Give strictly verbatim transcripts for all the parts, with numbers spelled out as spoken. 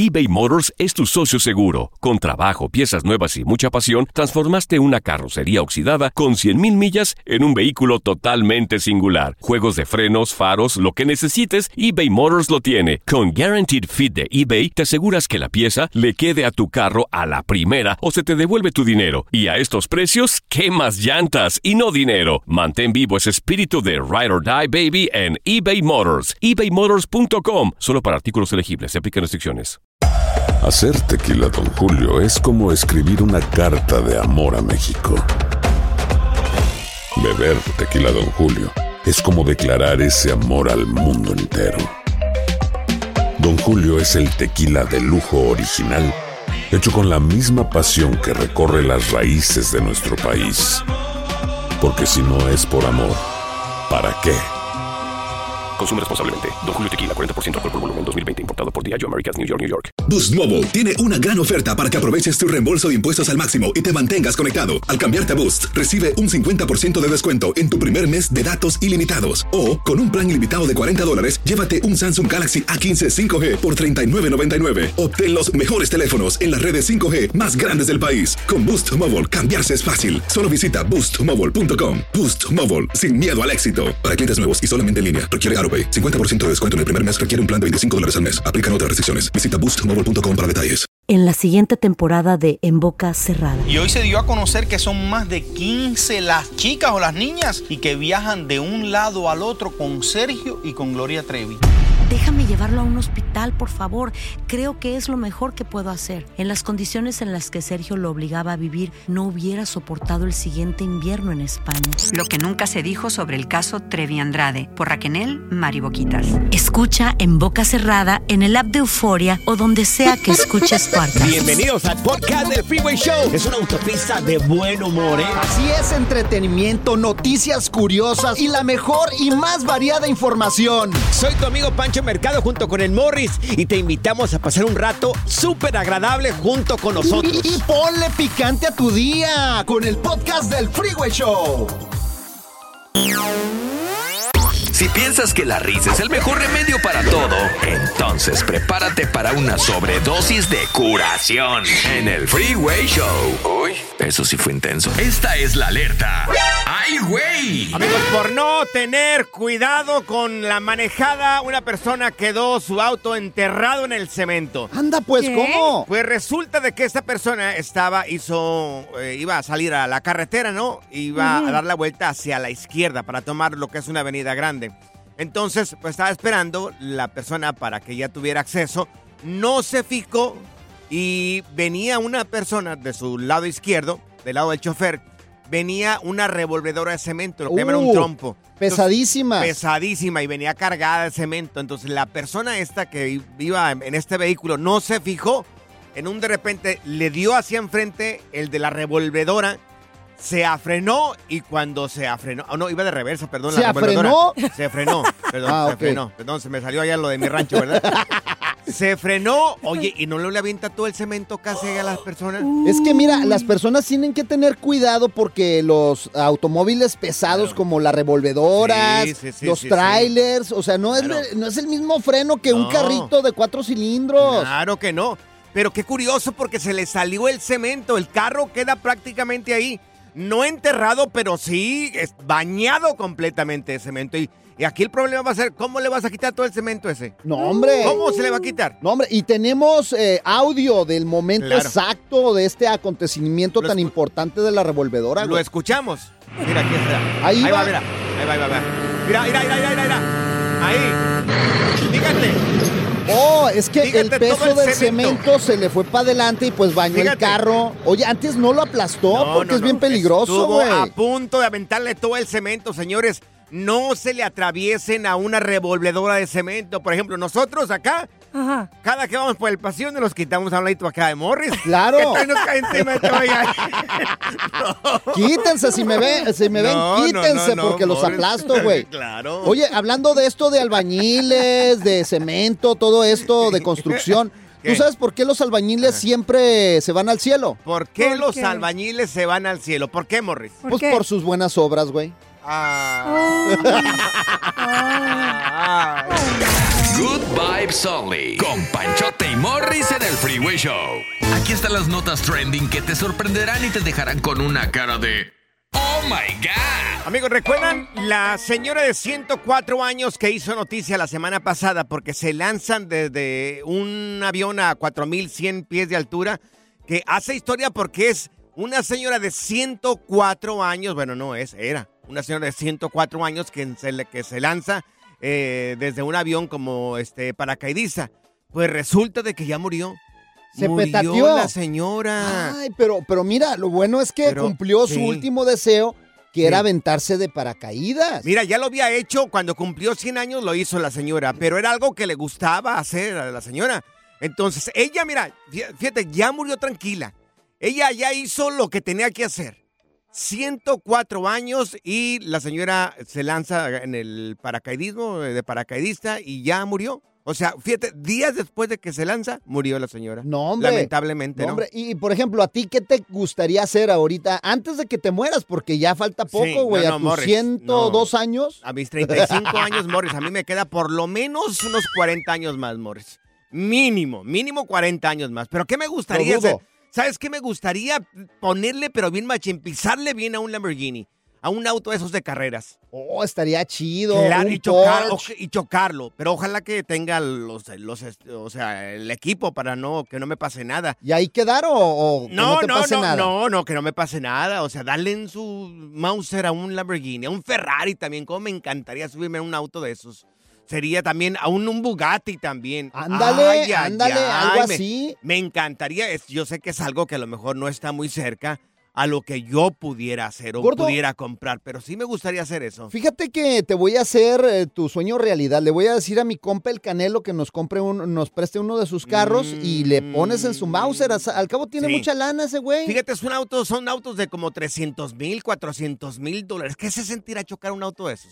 eBay Motors es tu socio seguro. Con trabajo, piezas nuevas y mucha pasión, transformaste una carrocería oxidada con cien mil millas en un vehículo totalmente singular. Juegos de frenos, faros, lo que necesites, eBay Motors lo tiene. Con Guaranteed Fit de eBay, te aseguras que la pieza le quede a tu carro a la primera o se te devuelve tu dinero. Y a estos precios, ¿qué más llantas y no dinero? Mantén vivo ese espíritu de Ride or Die, baby, en eBay Motors. ebay motors punto com. Solo para artículos elegibles. Se aplican restricciones. Hacer tequila Don Julio es como escribir una carta de amor a México. Beber tequila Don Julio es como declarar ese amor al mundo entero. Don Julio es el tequila de lujo original, hecho con la misma pasión que recorre las raíces de nuestro país. Porque si no es por amor, ¿para qué? Consume responsablemente. Don Julio Tequila, cuarenta por ciento alcohol por volumen, dos mil veinte. Importado por Diageo Americas, New York, New York. Boost Mobile tiene una gran oferta para que aproveches tu reembolso de impuestos al máximo y te mantengas conectado. Al cambiarte a Boost, recibe un cincuenta por ciento de descuento en tu primer mes de datos ilimitados. O, con un plan ilimitado de cuarenta dólares, llévate un Samsung Galaxy A quince cinco G por treinta y nueve noventa y nueve. Obtén los mejores teléfonos en las redes cinco G más grandes del país. Con Boost Mobile, cambiarse es fácil. Solo visita boost mobile punto com. Boost Mobile, sin miedo al éxito. Para clientes nuevos y solamente en línea, requiere AutoPay. cincuenta por ciento de descuento en el primer mes requiere un plan de veinticinco dólares al mes. Aplican otras restricciones. Visita boost mobile punto com para detalles. En la siguiente temporada de En Boca Cerrada. Y hoy se dio a conocer que son más de quince las chicas o las niñas y que viajan de un lado al otro con Sergio y con Gloria Trevi. Déjame llevarlo a un hospital, por favor. Creo que es lo mejor que puedo hacer. En las condiciones en las que Sergio lo obligaba a vivir, no hubiera soportado el siguiente invierno en España. Lo que nunca se dijo sobre el caso Trevi Andrade, por Raquel Mariboquitas. Escucha En Boca Cerrada, en el app de Euforia o donde sea que escuches podcast. Bienvenidos al podcast del Freeway Show. Es una autopista de buen humor, ¿eh? Así es, entretenimiento, noticias curiosas y la mejor y más variada información. Soy tu amigo Pancho Mercado junto con el Morris y te invitamos a pasar un rato súper agradable junto con nosotros. Y, y ponle picante a tu día con el podcast del Freeway Show. Si piensas que la risa es el mejor remedio para todo, entonces prepárate para una sobredosis de curación en el Freeway Show. Uy, eso sí fue intenso. Esta es la alerta. ¡Ay, güey! Amigos, por no tener cuidado con la manejada, una persona quedó su auto enterrado en el cemento. Anda, pues, ¿qué? ¿Cómo? Pues resulta de que esta persona estaba, hizo, eh, iba a salir a la carretera, ¿no? Iba uh-huh. a dar la vuelta hacia la izquierda para tomar lo que es una avenida grande. Entonces, pues estaba esperando la persona para que ya tuviera acceso. No se fijó y venía una persona de su lado izquierdo, del lado del chofer, venía una revolvedora de cemento, lo que uh, llaman un trompo. Pesadísima. Entonces, pesadísima y venía cargada de cemento. Entonces, la persona esta que iba en este vehículo no se fijó. En un de repente le dio hacia enfrente el de la revolvedora. Se afrenó y cuando se afrenó... Oh, no, iba de reversa, perdón. ¿Se la afrenó? Se frenó, perdón, ah, se okay. frenó. Perdón, se me salió allá lo de mi rancho, ¿verdad? Se frenó, oye, y no le avienta todo el cemento casi a las personas. Es que mira, las personas tienen que tener cuidado porque los automóviles pesados claro. como las revolvedoras, sí, sí, sí, los sí, trailers, sí. o sea, no, claro. es, no es el mismo freno que no. un carrito de cuatro cilindros. Claro que no, pero qué curioso porque se le salió el cemento, el carro queda prácticamente ahí. No enterrado, pero sí bañado completamente de cemento. Y, y aquí el problema va a ser, ¿cómo le vas a quitar todo el cemento ese? No, hombre. ¿Cómo se le va a quitar? No, hombre. Y tenemos eh, audio del momento claro. exacto de este acontecimiento Lo tan escu- importante de la revolvedora. Lo güey. escuchamos. Mira, aquí está. Ahí, ahí va. va, mira. Ahí va, ahí va, mira. Mira, mira, mira, mira, mira. Ahí. Fíjate. Oh, es que Fíjate, el peso el del cemento. cemento se le fue para adelante y pues bañó Fíjate. el carro. Oye, antes no lo aplastó no, porque no, es bien no. peligroso, güey. Estuvo a punto de aventarle todo el cemento, señores. No se le atraviesen a una revolvedora de cemento. Por ejemplo, nosotros acá, Ajá. cada que vamos por el pasillo nos quitamos a un ladito acá de Morris. Claro. Que nos cae encima de todo allá. no. Quítense, si me ven, si me no, ven, quítense no, no, porque no, los Morris. aplasto, güey. Claro. Oye, hablando de esto de albañiles, de cemento, todo esto de construcción. ¿Qué? ¿Tú sabes por qué los albañiles Ajá. siempre se van al cielo? ¿Por qué ¿Por los qué? albañiles se van al cielo? ¿Por qué, Morris? ¿Por pues qué? por sus buenas obras, güey. Ah. Good Vibes Only. Con Panchote y Morris en Freeway Show. Aquí están las notas trending que te sorprenderán y te dejarán con una cara de ¡Oh, my God! Amigos, ¿recuerdan la señora de ciento cuatro años que hizo noticia la semana pasada porque se lanzan desde un avión a cuatro mil cien pies de altura? Que hace historia porque es una señora de ciento cuatro años, bueno, no es, era una señora de ciento cuatro años que se, que se lanza eh, desde un avión como este paracaidista. Pues resulta de que ya murió. Se Murió petateó la señora. Ay, pero, pero mira, lo bueno es que pero, cumplió sí. su último deseo, que sí. era aventarse de paracaídas. Mira, ya lo había hecho cuando cumplió cien años, lo hizo la señora, pero era algo que le gustaba hacer a la señora. Entonces, ella, mira, fíjate, ya murió tranquila. Ella ya hizo lo que tenía que hacer. ciento cuatro años y la señora se lanza en el paracaidismo de paracaidista y ya murió. O sea, fíjate, días después de que se lanza, murió la señora. No, hombre. Lamentablemente, no, ¿no? Hombre. Y, por ejemplo, ¿a ti qué te gustaría hacer ahorita antes de que te mueras? Porque ya falta poco, güey, sí, no, a no, tus Morris, ciento dos no. años. A mis treinta y cinco años, Morris, a mí me queda por lo menos unos cuarenta años más, Morris. Mínimo, mínimo cuarenta años más. Pero ¿qué me gustaría hacer? ¿Sabes qué me gustaría ponerle, pero bien machín, pisarle bien a un Lamborghini? A un auto de esos de carreras. Oh, estaría chido. Claro, un y, chocar, Porsche. y chocarlo. Pero ojalá que tenga los, los, o sea, el equipo para no, que no me pase nada. ¿Y ahí quedar o, o que No, no te no, pase no, nada? no, no, que no me pase nada. O sea, darle en su Mauser a un Lamborghini, a un Ferrari también. Cómo me encantaría subirme a un auto de esos. Sería también a un, un Bugatti también. Ándale, Ay, ay, ándale, ay, algo me, así. Me encantaría. Es, yo sé que es algo que a lo mejor no está muy cerca a lo que yo pudiera hacer o Gordo, pudiera comprar, pero sí me gustaría hacer eso. Fíjate que te voy a hacer eh, tu sueño realidad. Le voy a decir a mi compa el Canelo que nos compre un, nos preste uno de sus carros mm, y le pones en su Mauser. Al cabo tiene sí. mucha lana ese güey. Fíjate, es un auto, son autos de como trescientos mil, cuatrocientos mil dólares. ¿Qué se sentirá chocar un auto de esos?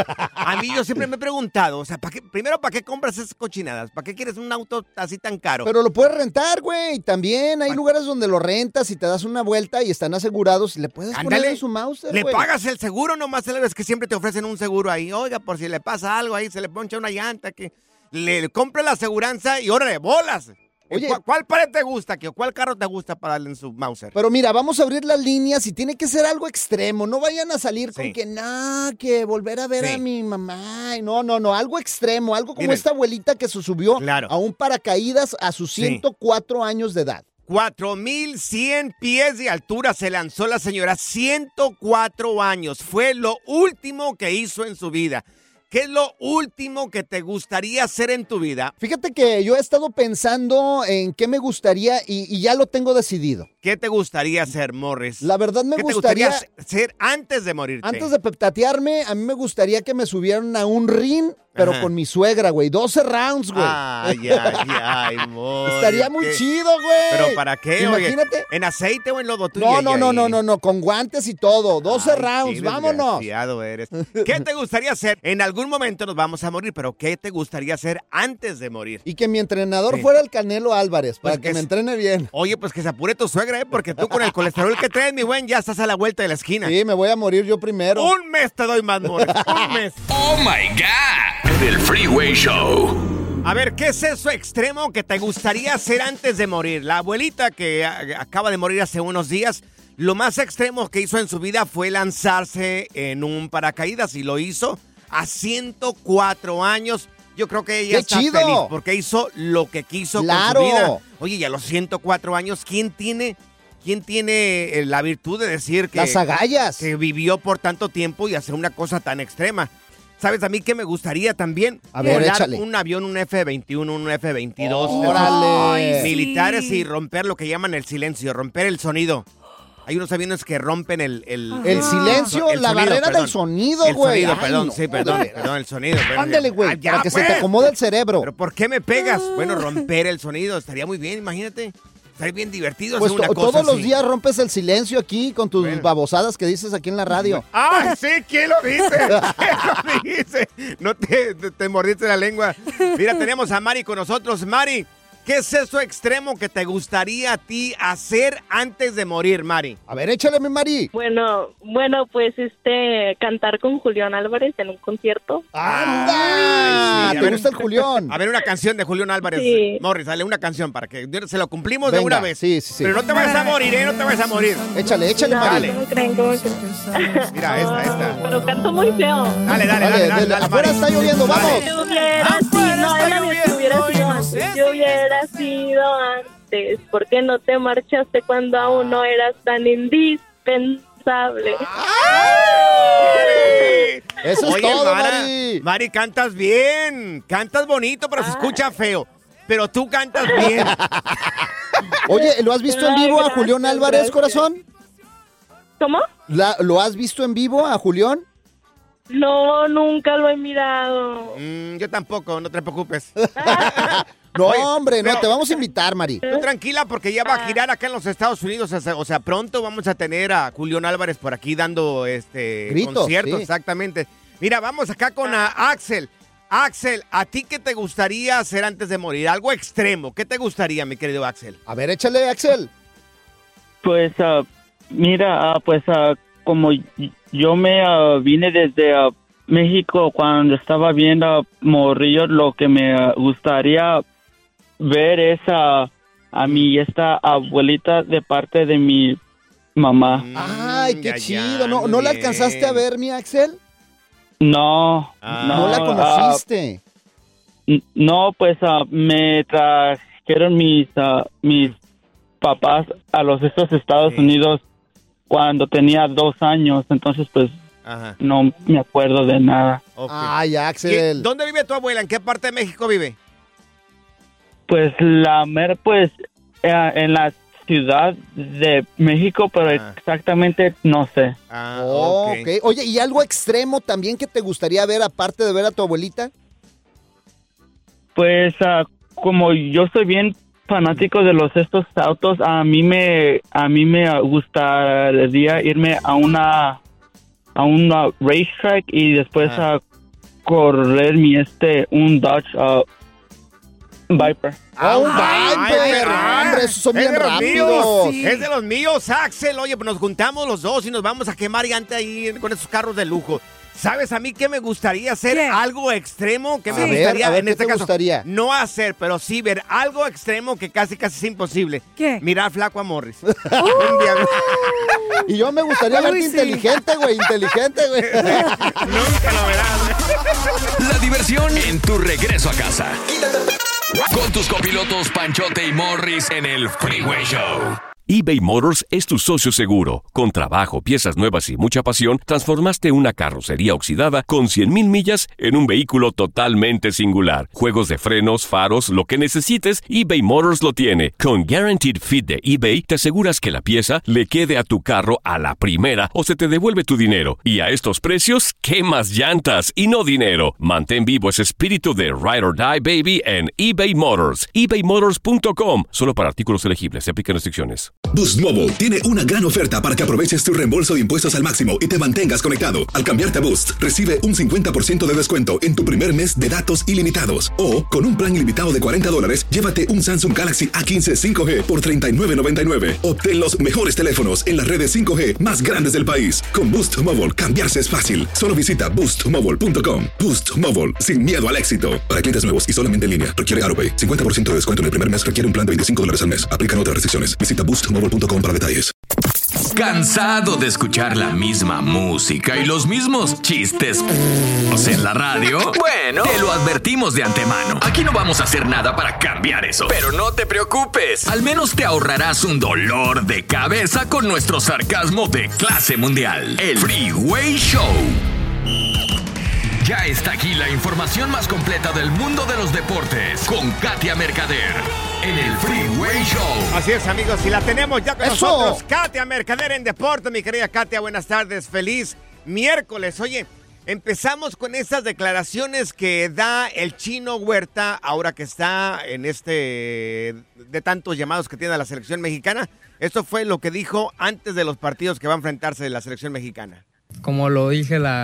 A mí yo siempre me he preguntado, o sea, ¿para qué, primero, ¿para qué compras esas cochinadas? ¿Para qué quieres un auto así tan caro? Pero lo puedes rentar, güey. También hay lugares donde lo rentas y te das una vuelta y están asegurados y le puedes Ándale, poner en su Mauser, le güey. pagas el seguro nomás, es que siempre te ofrecen un seguro ahí. Oiga, por si le pasa algo ahí, se le poncha una llanta, que le compre la aseguranza y órale, bolas. Oye, ¿Cuál, ¿cuál pared te gusta, que ¿Cuál carro te gusta para darle en su Mauser? Pero mira, vamos a abrir las líneas y tiene que ser algo extremo. No vayan a salir sí. con que, no, que volver a ver sí. a mi mamá. No, no, no, algo extremo, algo como Miren, esta abuelita que se subió claro. a un paracaídas a sus ciento cuatro sí. años de edad. cuatro mil cien pies de altura se lanzó la señora, ciento cuatro años. Fue lo último que hizo en su vida. ¿Qué es lo último que te gustaría hacer en tu vida? Fíjate que yo he estado pensando en qué me gustaría y, y ya lo tengo decidido. ¿Qué te gustaría hacer, Morris? La verdad me ¿Qué gustaría... te gustaría hacer antes de morirte? Antes de petatearme, a mí me gustaría que me subieran a un ring, pero Ajá. con mi suegra, güey. doce rounds, güey. Ay, ay, ay, Morris. Estaría muy ¿Qué? chido, güey. ¿Pero para qué? Imagínate. Oye, ¿en aceite o en lodo tuyo? No, no, no, no, no, no, con guantes y todo. doce ay, rounds, vámonos. Eres. ¿Qué te gustaría hacer? En algún momento nos vamos a morir, pero ¿qué te gustaría hacer antes de morir? Y que mi entrenador sí. fuera el Canelo Álvarez, para pues que, que me entrene bien. Oye, pues que se apure tu suegra, ¿eh? Porque tú con el colesterol que traes, mi buen, ya estás a la vuelta de la esquina. Sí, me voy a morir yo primero. Un mes te doy más, Morris. Un mes. ¡Oh, my God! El Freeway Show. A ver, ¿qué es eso extremo que te gustaría hacer antes de morir? La abuelita que a- acaba de morir hace unos días, lo más extremo que hizo en su vida fue lanzarse en un paracaídas y lo hizo a ciento cuatro años. Yo creo que ella ¡Qué está chido! feliz porque hizo lo que quiso ¡Claro! con su vida. Oye, y a los ciento cuatro años, ¿quién tiene, quién tiene eh, la virtud de decir que, Las agallas. que vivió por tanto tiempo y hacer una cosa tan extrema? ¿Sabes a mí que me gustaría también? A ver, volar échale. un avión, un F veintiuno, un F veintidós. ¡Órale! Ay, militares y romper lo que llaman el silencio, romper el sonido. Hay unos aviones que rompen el... El, El silencio, el la sonido, barrera perdón. del sonido, El güey. sonido, Ay, perdón, no, sí, perdón, joder. perdón, el sonido. perdón. Ándale, güey, Ah, ya, para que se pues. te acomode el cerebro. ¿Pero por qué me pegas? Bueno, romper el sonido estaría muy bien, imagínate. Estaría bien divertido Pues hacer una to- cosa todos los así. días rompes el silencio aquí con tus Bueno. babosadas que dices aquí en la radio. ¡Ay, sí! ¿Quién lo dice? ¿Quién lo dice? No te, te, te mordiste la lengua. Mira, tenemos a Mari con nosotros. Mari, ¿Qué es eso extremo que te gustaría a ti hacer antes de morir, Mari? A ver, échale, mi Mari. Bueno, bueno, pues este, cantar con Julián Álvarez en un concierto. ¡Anda! Ay, sí, ¿Te gusta el Julián? A ver, una canción de Julián Álvarez. Sí. Morris, dale una canción para que se lo cumplimos Venga, de una vez. Sí, sí, sí. Pero no te vayas a morir, ¿eh? No te vayas a morir. Échale, échale, No, Mari. ¿cómo creen? ¿Cómo creen? Mira, esta, esta. Pero canto muy feo. Dale, dale, dale, Dale, dale, dale, afuera Mari. está lloviendo, vamos. Si hubiera sido, no, era de si hubiera sido antes. Si hubiera sido antes, ¿por qué no te marchaste cuando aún no eras tan indispensable? Eso es Oye, todo, Mara, Mari. Mari, cantas bien. Cantas bonito, pero se escucha feo. Pero tú cantas bien. Oye, ¿lo has visto en Ay, vivo a gracias, Julián Álvarez, gracias. corazón? ¿Cómo? La- ¿Lo has visto en vivo a Julián? No, nunca lo he mirado. Mm, yo tampoco, no te preocupes. No, Oye, hombre, no, pero- te vamos a invitar, Mari. Tú tranquila porque ya va a girar acá en los Estados Unidos. O sea, o sea, pronto vamos a tener a Julián Álvarez por aquí dando este Gritos, conciertos. sí. Exactamente. Mira, vamos acá con a Axel. Axel, ¿a ti qué te gustaría hacer antes de morir? Algo extremo. ¿Qué te gustaría, mi querido Axel? A ver, échale, Axel. Pues, ah, mira, ah, pues ah, como y- yo me ah, vine desde ah, México cuando estaba viendo morrillo, lo que me ah, gustaría ver es ah, a mi esta abuelita de parte de mi mamá. Ay, qué ya, ya, chido. ¿No, muy ¿no la bien. alcanzaste a ver, mi Axel? No, Ah. No, la ah, conociste. n- no, pues ah, me trajeron mis ah, mis papás a los estos Estados Sí. Unidos cuando tenía dos años, entonces pues Ajá. no me acuerdo de nada. ok. Ay, ¿Y Axel. ¿Dónde vive tu abuela? ¿En qué parte de México vive? Pues la mera, pues eh, en la Ciudad de México, pero Ah. exactamente no sé. Ah, Oh, ok. ok. Oye, ¿y algo extremo también que te gustaría ver aparte de ver a tu abuelita? Pues ah, como yo soy bien fanático de los estos autos, a mí me a mí me gustaría irme a una a una racetrack y después Ah. a correr mi este un Dodge ah, Viper. ¡Ah, un Ay, Viper! ah, ¡Hombre, esos son es bien de los rápidos! míos, Es de los míos, Axel. Oye, pues nos juntamos los dos y nos vamos a quemar llanta ahí con esos carros de lujo. ¿Sabes a mí qué me gustaría hacer? ¿Qué? Algo extremo que A me ver, gustaría, a ver, en ¿qué este te caso, gustaría? no hacer, pero sí ver algo extremo que casi casi es imposible. ¿Qué? Mirar flaco a Morris. Un día- Y yo me gustaría Uy, verte sí. inteligente, güey, inteligente, güey. Nunca lo verás. La diversión en tu regreso a casa. Con tus copilotos Panchote y Morris en el Freeway Show. eBay Motors es tu socio seguro. Con trabajo, piezas nuevas y mucha pasión, transformaste una carrocería oxidada con cien mil millas en un vehículo totalmente singular. Juegos de frenos, faros, lo que necesites, eBay Motors lo tiene. Con Guaranteed Fit de eBay, te aseguras que la pieza le quede a tu carro a la primera o se te devuelve tu dinero. Y a estos precios, ¿quemas llantas y no dinero? Mantén vivo ese espíritu de Ride or Die, baby, en eBay Motors. ebay motors punto com. Solo para artículos elegibles. Se aplican restricciones. Boost Mobile tiene una gran oferta para que aproveches tu reembolso de impuestos al máximo y te mantengas conectado. Al cambiarte a Boost, recibe un cincuenta por ciento de descuento en tu primer mes de datos ilimitados. O, con un plan ilimitado de cuarenta dólares, llévate un Samsung Galaxy A quince cinco G por treinta y nueve noventa y nueve. Obtén los mejores teléfonos en las redes cinco G más grandes del país. Con Boost Mobile, cambiarse es fácil. Solo visita boost mobile punto com. Boost Mobile, sin miedo al éxito. Para clientes nuevos y solamente en línea, requiere AutoPay. cincuenta por ciento de descuento en el primer mes requiere un plan de veinticinco dólares al mes. Aplican otras restricciones. Visita boost mobile punto com para detalles. ¿Cansado de escuchar la misma música y los mismos chistes en la radio? Bueno, te lo advertimos de antemano. Aquí no vamos a hacer nada para cambiar eso. Pero no te preocupes. Al menos te ahorrarás un dolor de cabeza con nuestro sarcasmo de clase mundial. El Freeway Show. Ya está aquí la información más completa del mundo de los deportes con Katia Mercader en el Freeway Show. Así es, amigos, y la tenemos ya con ¡Eso! nosotros. Katia Mercader en Deporte, mi querida Katia, buenas tardes, feliz miércoles. Oye, empezamos con estas declaraciones que da el Chino Huerta, ahora que está en este de tantos llamados que tiene la selección mexicana. Esto fue lo que dijo antes de los partidos que va a enfrentarse la selección mexicana. Como lo dije la,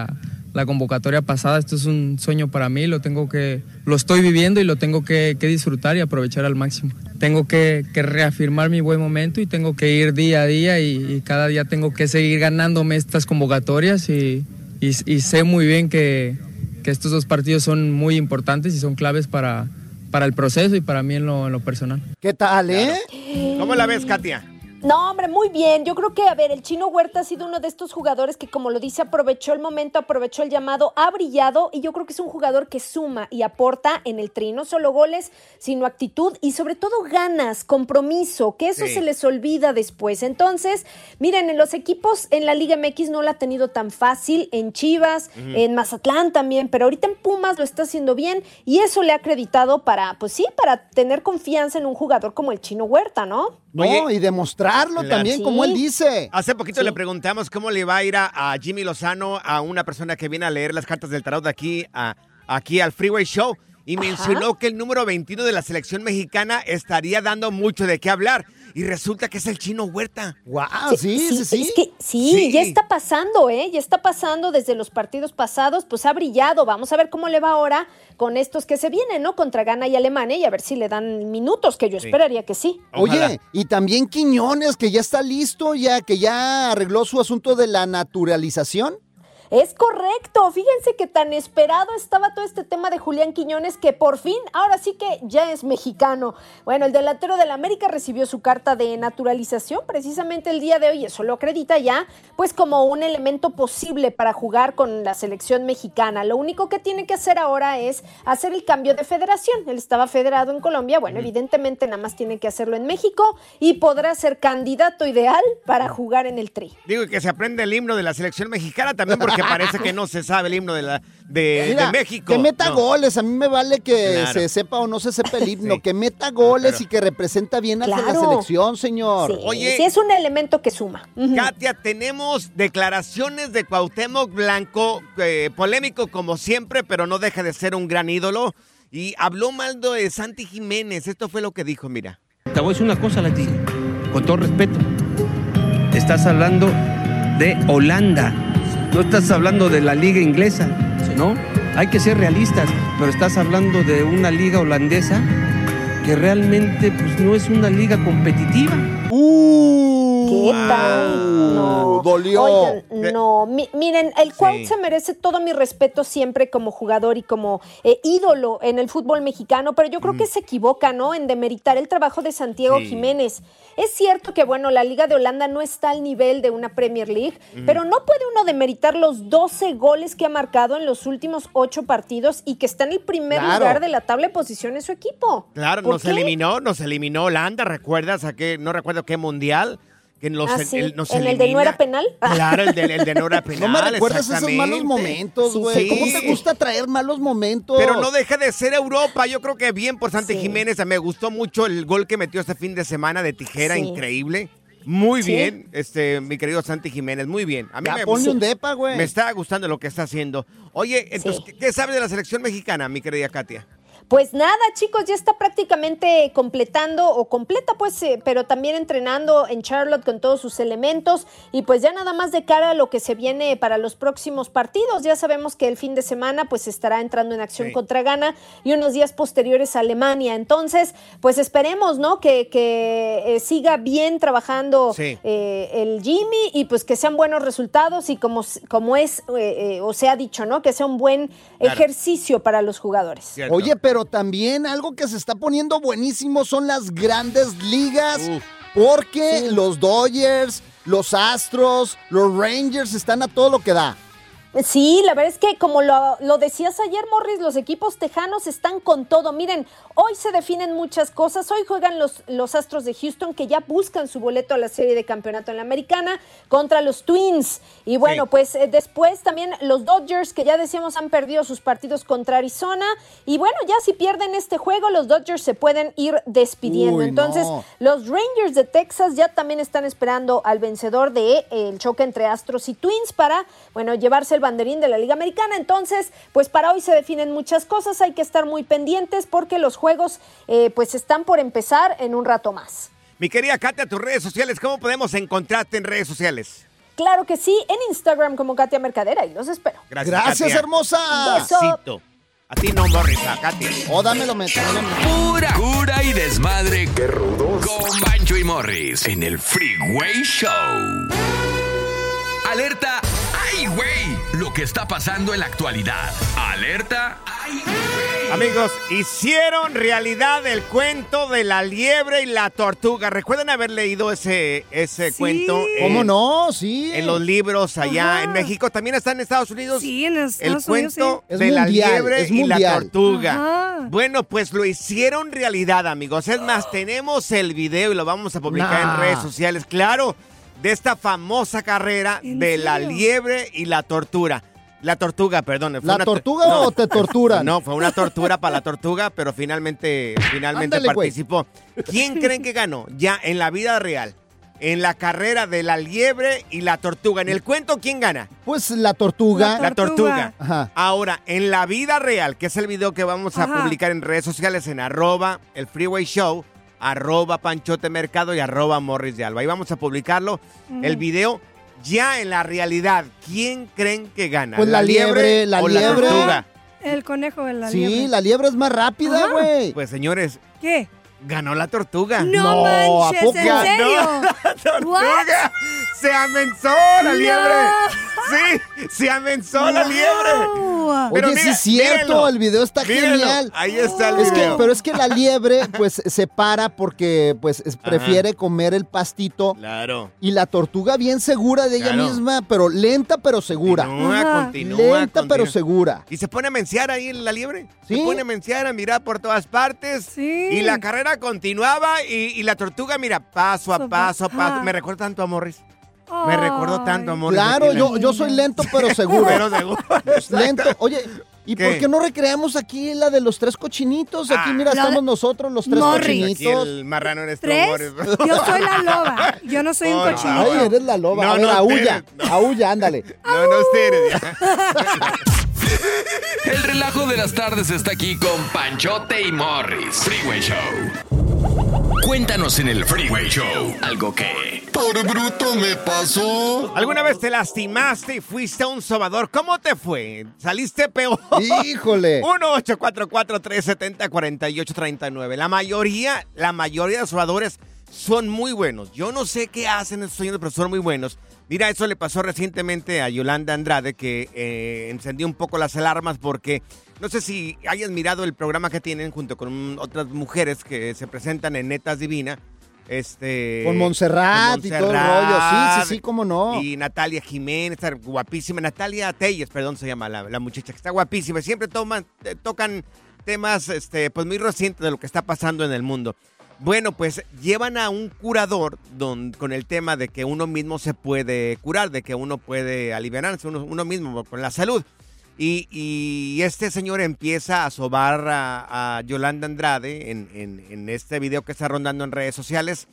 la convocatoria pasada. Esto es un sueño para mí, lo tengo que, lo estoy viviendo y lo tengo que, que disfrutar y aprovechar al máximo. Tengo que, que reafirmar mi buen momento y tengo que ir día a día y, y cada día tengo que seguir ganándome estas convocatorias y, y, y sé muy bien que, que estos dos partidos son muy importantes y son claves para, para el proceso y para mí en lo, en lo personal. ¿Qué tal, eh? ¿Cómo la ves, Katia? No, hombre, muy bien. Yo creo que, a ver, el Chino Huerta ha sido uno de estos jugadores que, como lo dice, aprovechó el momento, aprovechó el llamado, ha brillado y yo creo que es un jugador que suma y aporta en el Tri, no solo goles, sino actitud y sobre todo ganas, compromiso, que eso sí. se les olvida después. Entonces, miren, en los equipos en la Liga M X no la ha tenido tan fácil, en Chivas, uh-huh. en Mazatlán también, pero ahorita en Pumas lo está haciendo bien y eso le ha acreditado para, pues sí, para tener confianza en un jugador como el Chino Huerta, ¿no? No, Oye, y demostrarlo claro. también, sí. como él dice. Hace poquito sí. le preguntamos cómo le va a ir a, a Jimmy Lozano, a una persona que viene a leer las cartas del tarot de aquí, a, aquí al Freeway Show, y Ajá. mencionó que el número veintiuno de la selección mexicana estaría dando mucho de qué hablar. Y resulta que es el Chino Huerta. ¡Wow! Sí, sí, sí. sí. Es que sí, sí, ya está pasando, ¿eh? Ya está pasando desde los partidos pasados, pues ha brillado. Vamos a ver cómo le va ahora con estos que se vienen, ¿no? Contra Ghana y Alemania y a ver si le dan minutos, que yo sí. esperaría que sí. Ojalá. Oye, y también Quiñones, que ya está listo, ya que ya arregló su asunto de la naturalización. Es correcto, fíjense que tan esperado estaba todo este tema de Julián Quiñones que por fin, ahora sí que ya es mexicano. Bueno, el delantero del América recibió su carta de naturalización precisamente el día de hoy, eso lo acredita ya, pues como un elemento posible para jugar con la selección mexicana. Lo único que tiene que hacer ahora es hacer el cambio de federación. Él estaba federado en Colombia, bueno, mm. evidentemente nada más tiene que hacerlo en México y podrá ser candidato ideal para jugar en el Tri. Digo, que se aprende el himno de la selección mexicana también porque parece que no se sabe el himno de, la, de, Mira, de México. Que meta no. goles, a mí me vale que claro. se sepa o no se sepa el himno, sí. que meta goles Pero... y que representa bien claro. a la selección, señor. Sí. Oye, sí, es un elemento que suma. Katia, tenemos declaraciones de Cuauhtémoc Blanco, eh, polémico como siempre, pero no deja de ser un gran ídolo, y habló mal de Santi Jiménez. Esto fue lo que dijo, mira. Te voy a decir una cosa, Lati, con todo respeto. Estás hablando de Holanda. No estás hablando de la liga inglesa, ¿no? Hay que ser realistas, pero estás hablando de una liga holandesa que realmente pues, no es una liga competitiva. ¡Uh! ¿Qué tal? No. Dolió. Oigan, no. Mi, miren, el Cuau sí. se merece todo mi respeto siempre como jugador y como eh, ídolo en el fútbol mexicano, pero yo creo mm. que se equivoca, ¿no? En demeritar el trabajo de Santiago sí. Jiménez. Es cierto que, bueno, la Liga de Holanda no está al nivel de una Premier League, mm. pero no puede uno demeritar los doce goles que ha marcado en los últimos ocho partidos y que está en el primer claro. lugar de la tabla de posiciones su equipo. Claro, nos qué? eliminó, nos eliminó Holanda, ¿recuerdas? A qué, no recuerdo qué mundial. Que nos, ah, sí. el, nos ¿En el de no era penal? Claro, el de, el de no era penal. No me recuerdas esos malos momentos, güey. Sí, sí. ¿Cómo te gusta traer malos momentos? Pero no deja de ser Europa. Yo creo que bien por Santi sí. Jiménez. Me gustó mucho el gol que metió este fin de semana de tijera, sí. increíble. Muy sí. bien, este, mi querido Santi Jiménez, muy bien. A mí ya me, ponle un depa, güey. Me está gustando lo que está haciendo. Oye, entonces, sí. ¿qué, ¿qué sabes de la selección mexicana, mi querida Katia? Pues nada, chicos, ya está prácticamente completando, o completa pues, eh, pero también entrenando en Charlotte con todos sus elementos, y pues ya nada más de cara a lo que se viene para los próximos partidos. Ya sabemos que el fin de semana pues estará entrando en acción sí. contra Ghana y unos días posteriores a Alemania. Entonces, pues esperemos, ¿no? Que, que eh, siga bien trabajando sí. eh, el Jimmy y pues que sean buenos resultados y como, como es, eh, eh, o se ha dicho, ¿no? Que sea un buen claro. ejercicio para los jugadores. Cierto. Oye, pero también algo que se está poniendo buenísimo son las grandes ligas, Uf. porque sí. los Dodgers, los Astros, los Rangers están a todo lo que da. Sí, la verdad es que como lo, lo decías ayer, Morris, los equipos tejanos están con todo. Miren, hoy se definen muchas cosas. Hoy juegan los, los Astros de Houston, que ya buscan su boleto a la serie de campeonato en la Americana, contra los Twins. Y bueno, sí. pues eh, después también los Dodgers, que ya decíamos han perdido sus partidos contra Arizona. Y bueno, ya si pierden este juego, los Dodgers se pueden ir despidiendo. Uy, Entonces, no. los Rangers de Texas ya también están esperando al vencedor del de, eh, choque entre Astros y Twins para, bueno, llevarse el banderín de la Liga Americana. Entonces, pues para hoy se definen muchas cosas, hay que estar muy pendientes porque los juegos eh, pues están por empezar en un rato más. Mi querida Katia, tus redes sociales, ¿cómo podemos encontrarte en redes sociales? Claro que sí, en Instagram como Katia Mercadera y los espero. Gracias, Gracias, Katia. hermosa. Beso. A ti no, Morris, a Katia. Oh, dámelo, me Pura cura y desmadre. ¡Qué rudos! Con Bancho y Morris en el Freeway Show. Alerta. ¡Ay, güey! Lo que está pasando en la actualidad. Alerta. ¡Ay, güey! Amigos, hicieron realidad el cuento de la liebre y la tortuga. ¿Recuerdan haber leído ese, ese Sí. cuento? ¿Cómo eh, no? Sí. En los libros allá Ajá. en México. ¿También está en Estados Unidos? Sí, en El Estados Unidos, cuento sí. Es de la mundial, liebre es y la mundial. tortuga. Ajá. Bueno, pues lo hicieron realidad, amigos. Es más, tenemos el video y lo vamos a publicar Nah. en redes sociales. Claro, de esta famosa carrera ¿En de la serio? liebre y la tortura. La tortuga, perdón. fue ¿La una to- tortuga no, o te torturan? No, fue una tortura para la tortuga, pero finalmente, finalmente Ándale, güey. participó. ¿Quién creen que ganó? Ya en la vida real. En la carrera de la liebre y la tortuga. En el cuento, ¿quién gana? Pues la tortuga. La tortuga. Ajá. Ahora, en la vida real, que es el video que vamos a Ajá. publicar en redes sociales, en arroba el Freeway Show, arroba Panchote Mercado y arroba Morris de Alba. Ahí vamos a publicarlo, Ujú. el video. Ya en la realidad, ¿quién creen que gana? Pues la liebre, la o liebre. la tortuga? El conejo de la Sí, liebre. la liebre es más rápida, Ajá. güey. Pues señores, ¿Qué? ganó la tortuga. No, No, ¿a manches, poco? ¿en Ganó serio? la tortuga. What? Se amenzó la liebre. Sí, se amenzó la liebre. Wow. Pero Oye, sí mira, es cierto, mírenlo, el video está mírenlo. genial. Ahí está el Es que, video. pero es que la liebre, pues, se para porque, pues, es- prefiere comer el pastito. Claro. Y la tortuga bien segura de ella Claro. misma, pero lenta pero segura. Continúa, Ajá. continúa, Lenta pero continúa. segura. Y se pone a menciar ahí la liebre. Sí. Se pone a menciar, a mirar por todas partes. Sí. Y la carrera continuaba y, y la tortuga, mira, paso a So- paso a paso. Ajá. Me recuerda tanto a Morris. Me recordó tanto a Ay. Morris. Claro, aquí la- yo, yo soy lento pero seguro. Pero seguro. Lento. Oye, ¿y ¿Qué? por qué no recreamos aquí la de los tres cochinitos? Aquí, Ah. mira, La estamos de- nosotros, los tres Morris. Aquí cochinitos. el marrano eres tú, ¿Tres? Morris. Yo soy la loba. Yo no soy un Por cochinito. Ay, eres la loba. No, a ver, no, aúlla. eres- Aúlla, ándale. No, no ustedes. ya. El relajo de las tardes está aquí con Panchote y Morris. Freeway Show. Cuéntanos en el Freeway Show algo que... Por bruto me pasó. ¿Alguna vez te lastimaste y fuiste a un sobador? ¿Cómo te fue? ¿Saliste peor? Híjole. uno ocho cuatro cuatro, tres siete cero, cuatro ocho tres nueve. La mayoría, la mayoría de sobadores son muy buenos. Yo no sé qué hacen esos señores, pero son muy buenos. Mira, eso le pasó recientemente a Yolanda Andrade, que eh, encendió un poco las alarmas porque no sé si hayas mirado el programa que tienen junto con otras mujeres que se presentan en Netas Divina. Este, Con Montserrat con y todo el Montserrat, rollo. Sí, sí, sí, cómo no. Y Natalia Jiménez, está guapísima. Natalia Telles, perdón, se llama la, la muchacha, que está guapísima. Siempre toman, eh, tocan temas este, pues muy recientes de lo que está pasando en el mundo. Bueno, pues llevan a un curador don, con el tema de que uno mismo se puede curar, de que uno puede aliviarse uno, uno mismo con la salud. Y, y este señor empieza a sobar a, a Yolanda Andrade en, en, en este video que está rondando en redes sociales.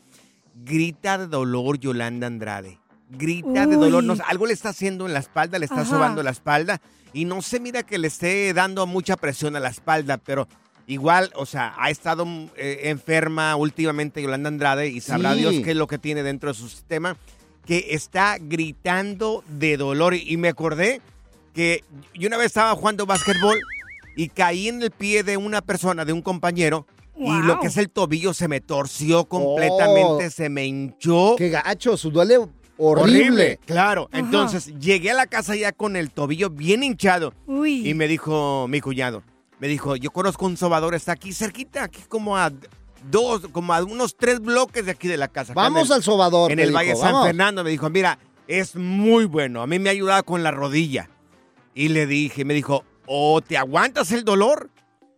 Grita de dolor Yolanda Andrade. Grita de Uy. dolor. No, algo le está haciendo en la espalda, le está Ajá. sobando la espalda. Y no se mira que le esté dando mucha presión a la espalda, pero igual, o sea, ha estado eh, enferma últimamente Yolanda Andrade y sabrá Sí. Dios qué es lo que tiene dentro de su sistema, que está gritando de dolor. Y, y me acordé que yo una vez estaba jugando básquetbol y caí en el pie de una persona, de un compañero, y Wow. lo que es el tobillo se me torció completamente, Oh. se me hinchó. Qué gacho, su duele horrible. Claro. Ajá. Entonces llegué a la casa ya con el tobillo bien hinchado. Uy. Y me dijo mi cuñado, me dijo, yo conozco un sobador, está aquí cerquita, aquí como a dos, como a unos tres bloques de aquí de la casa. acá Vamos en el- al sobador. En te el dijo, Valle de San vamos. Fernando. Me dijo, mira, es muy bueno. A mí me ha ayudado con la rodilla. Y le dije, me dijo, o te aguantas el dolor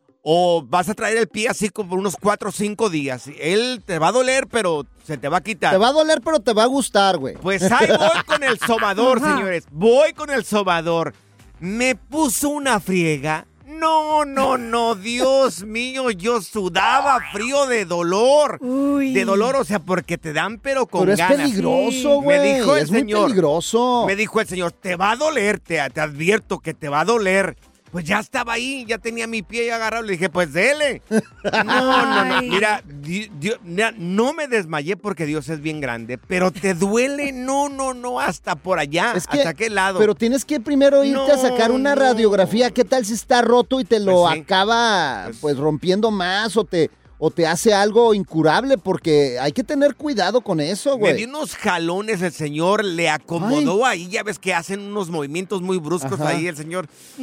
o vas a traer el pie así como por unos cuatro o cinco días. Él te va a doler, pero se te va a quitar. Te va a doler, pero te va a gustar, güey. Pues ahí voy con el sobador, Ajá. señores. Voy con el sobador. Me puso una friega. No, no, no, Dios mío, yo sudaba frío de dolor. Uy. De dolor, o sea, porque te dan pero con Pero es ganas. peligroso, Me güey. dijo el Es muy señor. peligroso. Me dijo el señor, te va a doler, te, te advierto que te va a doler. pues ya estaba ahí, ya tenía mi pie agarrado. Le dije, pues dele. No, no, no. Mira, di, di, mira, no me desmayé porque Dios es bien grande, pero te duele, no, no, no, hasta por allá, Es que, hasta aquel lado. Pero tienes que primero irte No, a sacar una no. radiografía. ¿Qué tal si está roto y te lo Pues sí. acaba Pues- pues rompiendo más o te, o te hace algo incurable? Porque hay que tener cuidado con eso, Me güey. dio unos jalones el señor, le acomodó ahí, ya ves que hacen unos movimientos muy bruscos Ajá. ahí el señor.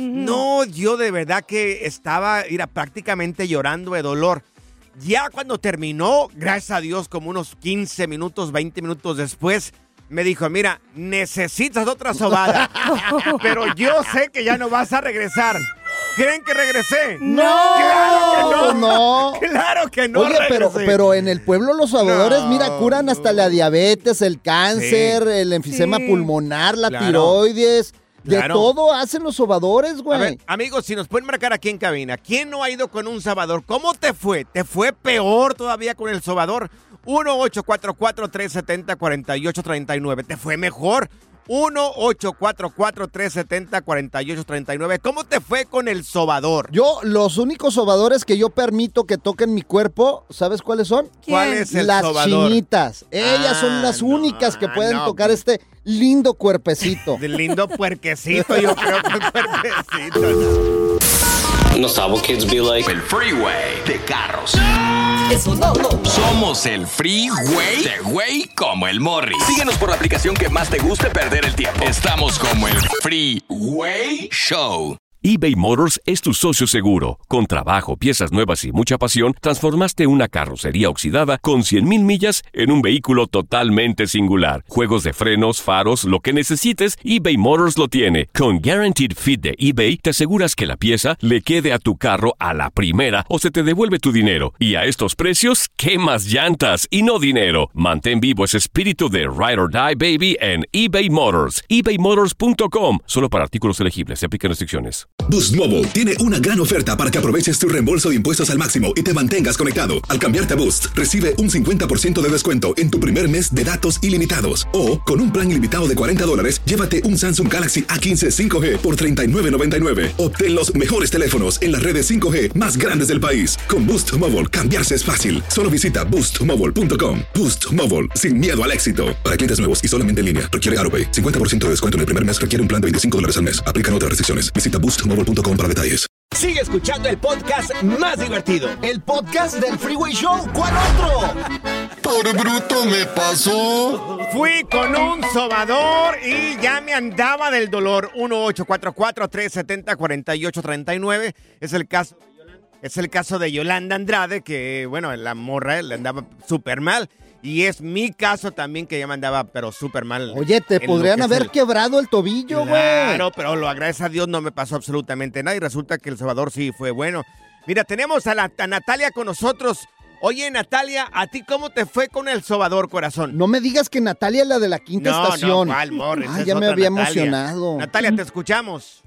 No, yo de verdad que estaba, mira, prácticamente llorando de dolor. Ya cuando terminó, gracias a Dios, como unos quince minutos, veinte minutos después, me dijo, mira, necesitas otra sobada, pero yo sé que ya no vas a regresar. ¿Creen que regresé? ¡No! ¡Claro que no! No. ¡Claro que no Oye, pero, regresé! pero en el pueblo los sobadores, No, mira, curan hasta la diabetes, el cáncer, Sí. el enfisema Sí. pulmonar, la Claro. tiroides. De Claro. todo hacen los sobadores, A güey. ver, amigos, si nos pueden marcar aquí en cabina, ¿quién no ha ido con un sobador? ¿Cómo te fue? ¿Te fue peor todavía con el sobador? uno ocho cuatro cuatro, tres siete cero, cuatro ocho tres nueve. ¿Te fue mejor? uno ocho cuatro cuatro, tres siete cero, cuatro ocho tres nueve. ¿Cómo te fue con el sobador? Yo, los únicos sobadores que yo permito que toquen mi cuerpo, ¿sabes cuáles son? ¿Cuál es el Las sobador? chinitas. Ellas Ah, son las no, únicas que pueden no. tocar este lindo cuerpecito. Del lindo puerquecito, yo creo que el puerquecito. No sabe kids be like. El freeway de carros. Eso no, no. Somos el freeway de güey como el Morris. Síguenos por la aplicación que más te guste perder el tiempo. Estamos como el Freeway Show. eBay Motors es tu socio seguro. Con trabajo, piezas nuevas y mucha pasión, transformaste una carrocería oxidada con cien mil millas en un vehículo totalmente singular. Juegos de frenos, faros, lo que necesites, eBay Motors lo tiene. Con Guaranteed Fit de eBay, te aseguras que la pieza le quede a tu carro a la primera o se te devuelve tu dinero. Y a estos precios, ¿qué más llantas y no dinero? Mantén vivo ese espíritu de Ride or Die, baby, en eBay Motors. ebay motors punto com. Solo para artículos elegibles. Se aplican restricciones. Boost Mobile tiene una gran oferta para que aproveches tu reembolso de impuestos al máximo y te mantengas conectado. Al cambiarte a Boost, recibe un cincuenta por ciento de descuento en tu primer mes de datos ilimitados. O, con un plan ilimitado de cuarenta dólares, llévate un Samsung Galaxy A quince cinco G por treinta y nueve noventa y nueve. Obtén los mejores teléfonos en las redes cinco G más grandes del país. Con Boost Mobile, cambiarse es fácil. Solo visita boost mobile punto com. Boost Mobile, sin miedo al éxito. Para clientes nuevos y solamente en línea, requiere AutoPay. cincuenta por ciento de descuento en el primer mes requiere un plan de veinticinco dólares al mes. Aplican otras restricciones. Visita boost mobile punto com para detalles. Sigue escuchando el podcast más divertido. El podcast del Freeway Show. ¿Cuál otro? Por bruto me pasó. Fui con un sobador y ya me andaba del dolor. uno ocho cuatro cuatro, tres siete cero, cuatro ocho tres nueve. Es el caso de Yolanda, es el caso de Yolanda Andrade, que, bueno, la morra le andaba súper mal. Y es mi caso también, que ya me andaba, pero súper mal. Oye, te en lo podrían que es haber el- quebrado el tobillo, güey. Claro, pero lo agradezco a Dios, no me pasó absolutamente nada y resulta que el sobador sí fue bueno. Mira, tenemos a, la, a Natalia con nosotros. Oye, Natalia, ¿a ti cómo te fue con el sobador, corazón? No me digas que Natalia es la de la quinta no, estación. No, ¿cuál, Morris? Ay, Es ya me otra había Natalia. emocionado. Natalia, te escuchamos.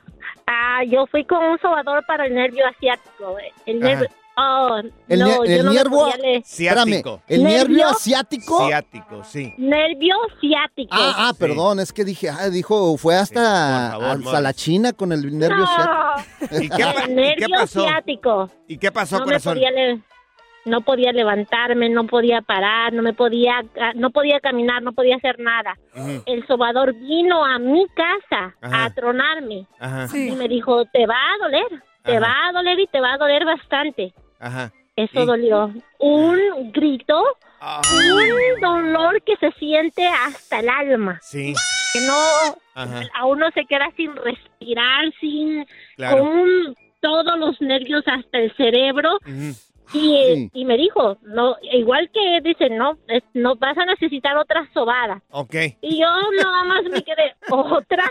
Ah, yo fui con un sobador para el nervio asiático. El Ajá. nervio... Oh, El, no, ne- yo el no me nervio, podía leer. espérame, Ciático. el nervio ¿Nervio? asiático. Ciático, sí. Nervio ciático. Ah, ah, Sí. perdón, es que dije, ah, dijo, fue hasta, Sí, por favor, hasta Morris. la China con el nervio asiático. No, ¿Y qué, pa- el y nervio qué pasó? ciático. ¿Y qué pasó, No me corazón? podía le- no podía levantarme, no podía parar, no me podía, no podía caminar, no podía hacer nada. Ujú. El sobador vino a mi casa Ajá. a tronarme Ajá, Sí. y me dijo, te va a doler, te Ajá. va a doler y te va a doler bastante. ajá. Eso ¿Y? dolió. Un grito, Ah, un dolor que se siente hasta el alma. sí, Que no, ajá, a uno se queda sin respirar, sin, claro. con todos los nervios hasta el cerebro. Ujú. Y, Sí. y me dijo, no, igual que dice, no, es- no vas a necesitar otra sobada. Ok. Y yo nada más me quedé, ¿otra?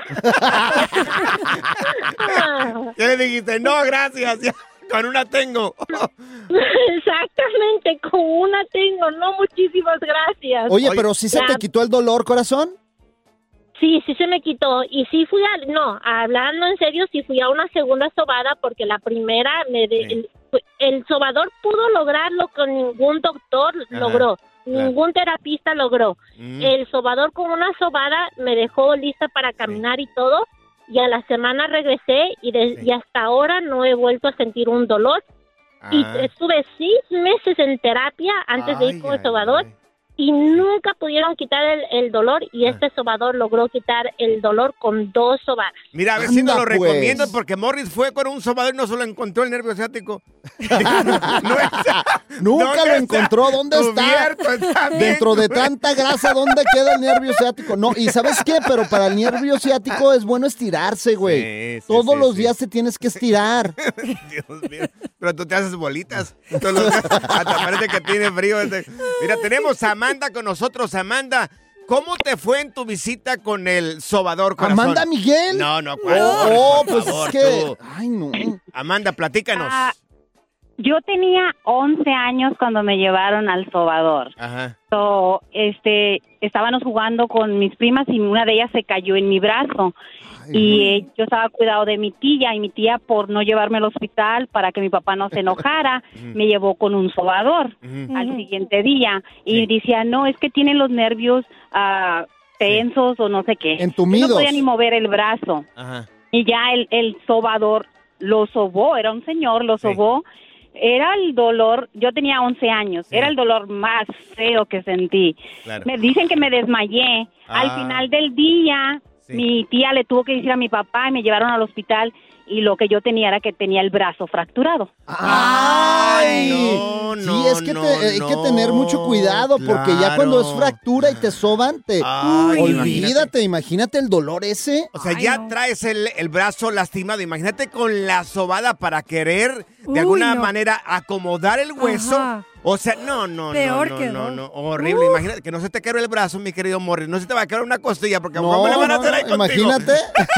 ¿Qué le dijiste? No, gracias, ya, con una tengo. Exactamente, con una tengo, no, muchísimas gracias. Oye, Oye, pero sí se ya. te quitó el dolor, corazón. Sí, sí se me quitó. Y sí fui a, no, hablando en serio, sí fui a una segunda sobada porque la primera, me de- Sí. el, el sobador pudo lograrlo con ningún doctor, Ajá, logró. claro. Ningún terapista logró. Mm, El sobador con una sobada me dejó lista para caminar y todo. y a la semana regresé y, de, y hasta ahora no he vuelto a sentir un dolor. Ah. Y estuve seis meses en terapia antes ay, de ir con el sobador. Ay, ay. Y nunca pudieron quitar el, el dolor y este sobador logró quitar el dolor con dos sobadas. Mira, a ver Anda, si nos lo pues. recomiendo porque Morris fue con un sobador y no solo encontró el nervio ciático. no es, Nunca lo encontró. ¿Dónde está? está Dentro de tanta grasa, ¿dónde queda el nervio ciático? No, y ¿sabes qué? Pero para el nervio ciático es bueno estirarse, güey. Sí, sí, Todos sí, los sí. días te tienes que estirar. Dios mío. Pero tú te haces bolitas. Todos los días, hasta parece que tiene frío. Mira, tenemos a Amanda con nosotros. Amanda, ¿cómo te fue en tu visita con el sobador, corazón? ¿Amanda Miguel? No, no, ¿cuál? Oh, por pues favor, es que... tú. Ay, no. Amanda, platícanos. Uh, yo tenía once años cuando me llevaron al sobador. Ajá. So, este, estábamos jugando con mis primas y una de ellas se cayó en mi brazo. Y eh, yo estaba cuidado de mi tía y mi tía, por no llevarme al hospital para que mi papá no se enojara, me llevó con un sobador uh-huh. al siguiente día y sí. decía, no, es que tiene los nervios uh, tensos sí. o no sé qué. Entumidos. No podía ni mover el brazo. Ajá. Y ya el, el sobador lo sobó, era un señor, lo sobó. Sí. Era el dolor, yo tenía once años, sí. era el dolor más feo que sentí. Claro. Me dicen que me desmayé. Ah. Al final del día... Sí. Mi tía le tuvo que decir a mi papá y me llevaron al hospital y lo que yo tenía era que tenía el brazo fracturado. ¡Ay! No, no, sí, es que no, te, hay no, que tener mucho cuidado claro. porque ya cuando es fractura y te soban, te... Ay, olvídate, imagínate. imagínate el dolor ese. O sea, Ay, ya no. traes el, el brazo lastimado. Imagínate con la sobada para querer de Uy, alguna no. manera acomodar el hueso. Ajá. O sea, no, no, Peor no, que no, no, no. no, horrible. Uh. Imagínate que no se te quebre el brazo, mi querido Morris. No se te va a quedar una costilla porque no, ¿cómo le van a no, hacer ahí no, contigo? Imagínate.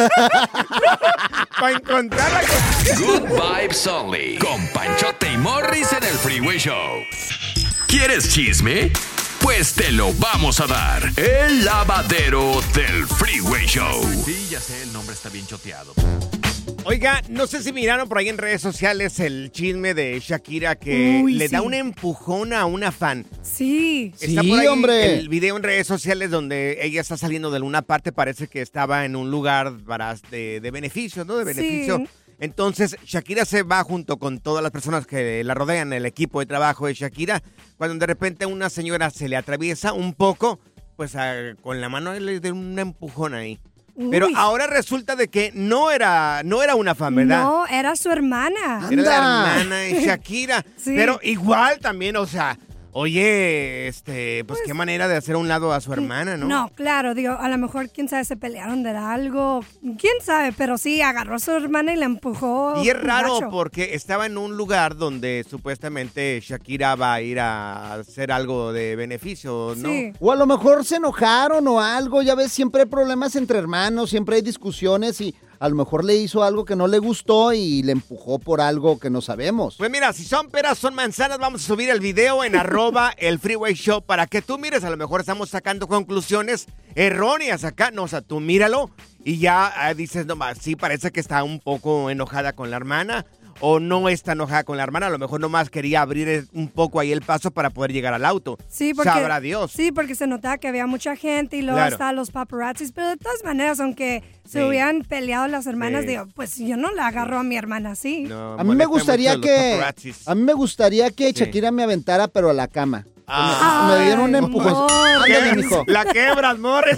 Para encontrarla. Good Vibes Only. Con Panchote y Morris en el Freeway Show. ¿Quieres chisme? Pues te lo vamos a dar. El lavadero del Freeway Show. Sí, ya sé, el nombre está bien choteado. Oiga, no sé si miraron por ahí en redes sociales el chisme de Shakira que Uy, le sí. da un empujón a una fan. Sí. Está Sí, por ahí hombre. el video en redes sociales donde ella está saliendo de alguna parte, parece que estaba en un lugar para de, de beneficio, ¿no? De beneficio. Sí. Entonces, Shakira se va junto con todas las personas que la rodean, el equipo de trabajo de Shakira, cuando de repente una señora se le atraviesa un poco, pues a, con la mano le da un empujón ahí. Pero Uy. ahora resulta de que no era, no era una fan, ¿verdad? No, era su hermana. Era la hermana de Shakira. Sí. Pero igual también, o sea, oye, este, pues, pues qué manera de hacer a un lado a su hermana, ¿no? No, claro, digo, a lo mejor, quién sabe, se pelearon de algo, quién sabe, pero sí, agarró a su hermana y la empujó. Y es raro gacho. porque estaba en un lugar donde supuestamente Shakira va a ir a hacer algo de beneficio, ¿no? Sí. O a lo mejor se enojaron o algo, ya ves, siempre hay problemas entre hermanos, siempre hay discusiones y a lo mejor le hizo algo que no le gustó y le empujó por algo que no sabemos. Pues mira, si son peras, son manzanas, vamos a subir el video en arroba el Freeway Show para que tú mires, a lo mejor estamos sacando conclusiones erróneas acá, no, o sea, tú míralo y ya eh, dices, no, sí, parece que está un poco enojada con la hermana. O no está enojada con la hermana, a lo mejor nomás quería abrir un poco ahí el paso para poder llegar al auto. Sí, porque, sabrá Dios. Sí, porque se notaba que había mucha gente y luego Claro. estaban los paparazzis, pero de todas maneras, aunque se Sí. hubieran peleado las hermanas, Sí. digo, pues yo no la agarro a mi hermana así. No, A mí me molesta gustaría mucho los que paparazzis. a mí me gustaría que Sí. Shakira me aventara pero a la cama. Ah. me dieron un empujón. amor. Ándale, mijo. La quebras, Morris.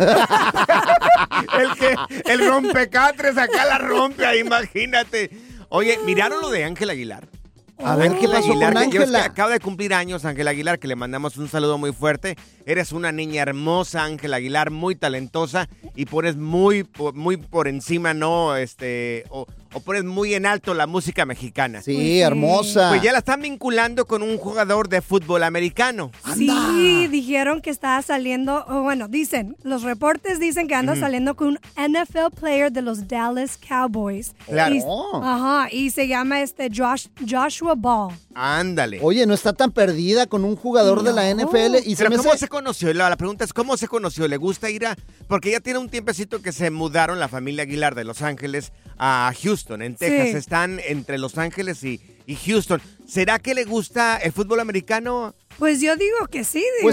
el que el rompecatres acá la rompe, ahí, imagínate. Oye, ¿miraron lo de Ángel Aguilar? A ver, ¿qué pasó con Aguilar, que yo es que Ángela? acaba de cumplir años Ángel Aguilar, que le mandamos un saludo muy fuerte. Eres una niña hermosa, Ángel Aguilar, muy talentosa y pones muy, po- muy por encima, ¿no? Este, o, o pones muy en alto la música mexicana. Sí, hermosa. Pues ya la están vinculando con un jugador de fútbol americano. Sí, dijeron que estaba saliendo, o bueno, dicen, los reportes dicen que anda Ujú. saliendo con un N F L player de los Dallas Cowboys. Claro. Y, Oh. ajá, y se llama este Josh, Joshua Ball. Ándale. Oye, no está tan perdida con un jugador de la N F L y se Pero me ¿cómo hace... se conoció? La, la pregunta es, ¿cómo se conoció? ¿Le gusta ir a...? Porque ya tiene un tiempecito que se mudaron la familia Aguilar de Los Ángeles a Houston, en Texas. Sí. Están entre Los Ángeles y, y Houston. ¿Será que le gusta el fútbol americano? Pues yo digo que sí, digo. Pues a,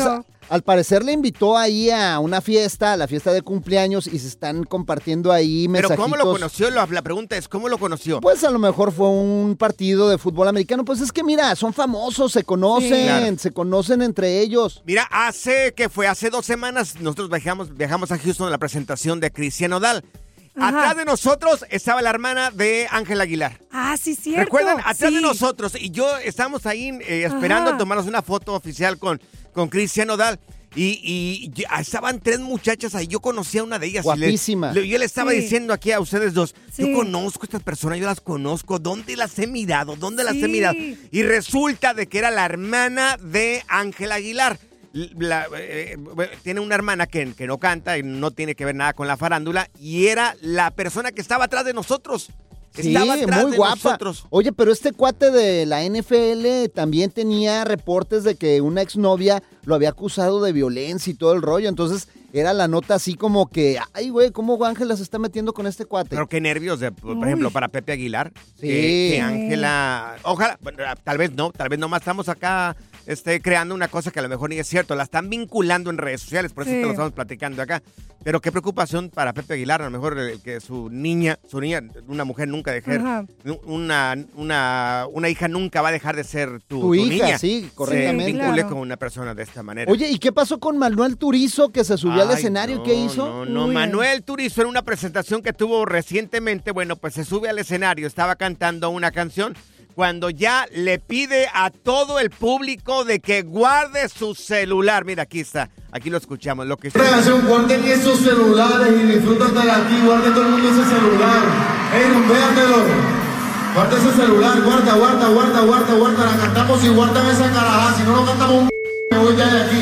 Al parecer le invitó ahí a una fiesta, a la fiesta de cumpleaños, y se están compartiendo ahí mensajitos. ¿Pero cómo lo conoció? La pregunta es, ¿cómo lo conoció? Pues a lo mejor fue un partido de fútbol americano. Pues es que mira, son famosos, se conocen, sí, claro. se conocen entre ellos. Mira, hace, que fue? Hace dos semanas nosotros viajamos, viajamos a Houston a la presentación de Cristian Nodal. Ajá. Atrás de nosotros estaba la hermana de Ángel Aguilar. Ah, sí, cierto. ¿Recuerdan? Atrás sí. de nosotros. Y yo estábamos ahí eh, esperando Ajá. tomarnos una foto oficial con, con Cristian Nodal. Y, y, y estaban tres muchachas ahí. Yo conocía a una de ellas. Guapísima. Y le, yo le estaba sí. diciendo aquí a ustedes dos, sí. yo conozco a estas personas, yo las conozco. ¿Dónde las he mirado? ¿Dónde las sí. he mirado? Y resulta de que era la hermana de Ángel Aguilar. La, eh, tiene una hermana que, que no canta y no tiene que ver nada con la farándula, y era la persona que estaba atrás de nosotros. Sí, estaba atrás muy de guapa. nosotros. Oye, pero este cuate de la N F L también tenía reportes de que una exnovia lo había acusado de violencia y todo el rollo. Entonces era la nota así como que, ay, güey, ¿cómo Ángela se está metiendo con este cuate? Pero qué nervios, de, por Uy. ejemplo, para Pepe Aguilar. Sí. Que, que Ángela, ojalá, bueno, tal vez no, tal vez no más estamos acá este, creando una cosa que a lo mejor ni es cierto. La están vinculando en redes sociales, por eso sí. te lo estamos platicando acá. Pero qué preocupación para Pepe Aguilar, a lo mejor eh, que su niña, su niña, una mujer nunca deje, una, una, una hija nunca va a dejar de ser tu, tu, tu hija, niña. sí, correctamente. Se vincule claro. con una persona de esta manera. Oye, ¿y qué pasó con Manuel Turizo que se subió Ay, al escenario? No, ¿Qué hizo? No, no, Uy. Manuel Turizo en una presentación que tuvo recientemente, bueno, pues se sube al escenario, estaba cantando una canción cuando ya le pide a todo el público de que guarde su celular. Mira, aquí está, aquí lo escuchamos. Lo que está... Guarden esos celulares y disfrútatela aquí, guarden todo el mundo ese celular. Ey, véanmelo. Guarda ese celular, guarda, guarda, guarda, guarda, guarda. La cantamos y guardan esa carajada. Si no lo cantamos, un me voy ya de aquí.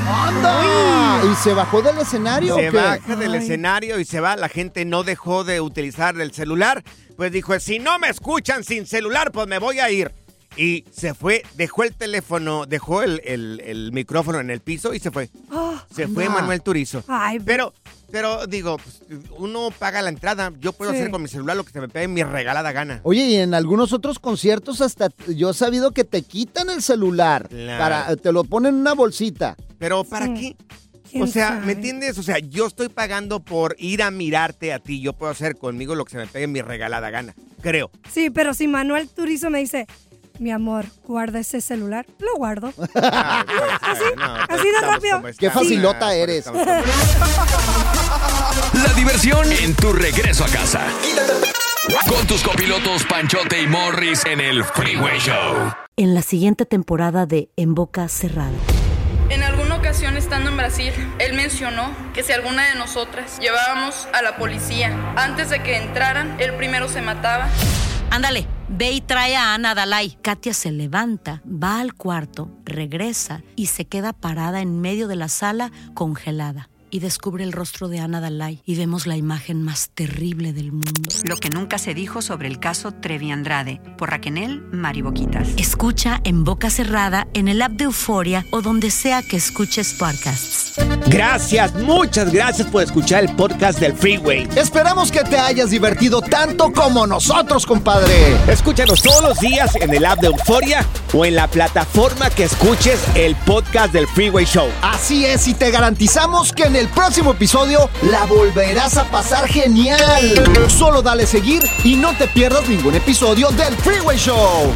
¡Anda! ¿Y se bajó del escenario? Se o qué? baja del Ay. escenario y se va. La gente no dejó de utilizar el celular. Pues dijo, si no me escuchan sin celular, pues me voy a ir. Y se fue, dejó el teléfono, dejó el, el, el micrófono en el piso y se fue. Oh, se fue no. Manuel Turizo. Ay, pero, pero digo, pues, uno paga la entrada. Yo puedo sí. hacer con mi celular lo que se me pegue en mi regalada gana. Oye, y en algunos otros conciertos hasta yo he sabido que te quitan el celular. Claro. Para, te lo ponen en una bolsita. Pero ¿para Sí. qué? ¿Quién O sea, sabe? ¿me entiendes? O sea, yo estoy pagando por ir a mirarte a ti. Yo puedo hacer conmigo lo que se me pegue en mi regalada gana. Creo. Sí, pero si Manuel Turizo me dice, mi amor, guarda ese celular, lo guardo. Ah, pues, así, no, así de estamos rápido. como Qué estamos. facilota Ah, eres. estamos como- La diversión en tu regreso a casa. Con tus copilotos Panchote y Morris en el Freeway Show. En la siguiente temporada de En Boca Cerrada. En alguna ocasión estando en Brasil, él mencionó que si alguna de nosotras llevábamos a la policía antes de que entraran, él primero se mataba. Ándale, ve y trae a Ana Dalai. Katia se levanta, va al cuarto, regresa y se queda parada en medio de la sala congelada. Y descubre el rostro de Ana Dalai y vemos la imagen más terrible del mundo. Lo que nunca se dijo sobre el caso Trevi Andrade, por Raquel Mariboquitas. Escucha En Boca Cerrada, en el app de Euforia o donde sea que escuches podcasts. Gracias, muchas gracias por escuchar el podcast del Freeway. Esperamos que te hayas divertido tanto como nosotros, compadre. Escúchanos todos los días en el app de Euforia o en la plataforma que escuches el podcast del Freeway Show. Así es, y te garantizamos que en el próximo episodio la volverás a pasar genial. Solo dale seguir y no te pierdas ningún episodio del Freeway Show.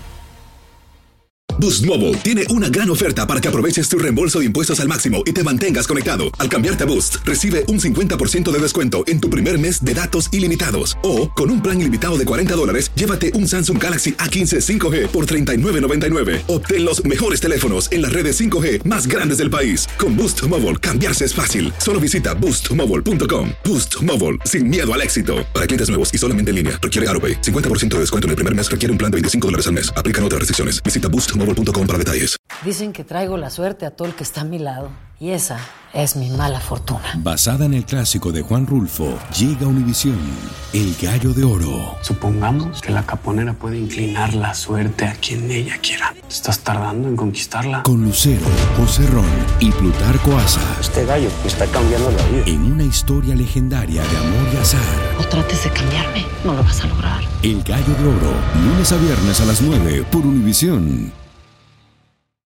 Boost Mobile tiene una gran oferta para que aproveches tu reembolso de impuestos al máximo y te mantengas conectado. Al cambiarte a Boost, recibe un cincuenta por ciento de descuento en tu primer mes de datos ilimitados. O, con un plan ilimitado de cuarenta dólares, llévate un Samsung Galaxy A quince cinco G por treinta y nueve noventa y nueve. Obtén los mejores teléfonos en las redes cinco G más grandes del país. Con Boost Mobile, cambiarse es fácil. Solo visita boost mobile punto com. Boost Mobile, sin miedo al éxito. Para clientes nuevos y solamente en línea, requiere AutoPay. cincuenta por ciento de descuento en el primer mes requiere un plan de veinticinco dólares al mes. Aplican otras restricciones. Visita boost mobile punto com para detalles. Dicen que traigo la suerte a todo el que está a mi lado. Y esa es mi mala fortuna. Basada en el clásico de Juan Rulfo, llega Univisión, El Gallo de Oro. Supongamos que la caponera puede inclinar la suerte a quien ella quiera. ¿Estás tardando en conquistarla? Con Lucero, José Ron y Plutarco Asa. Este gallo me está cambiando la vida. En una historia legendaria de amor y azar. No trates de cambiarme, no lo vas a lograr. El Gallo de Oro, lunes a viernes a las nueve por Univisión.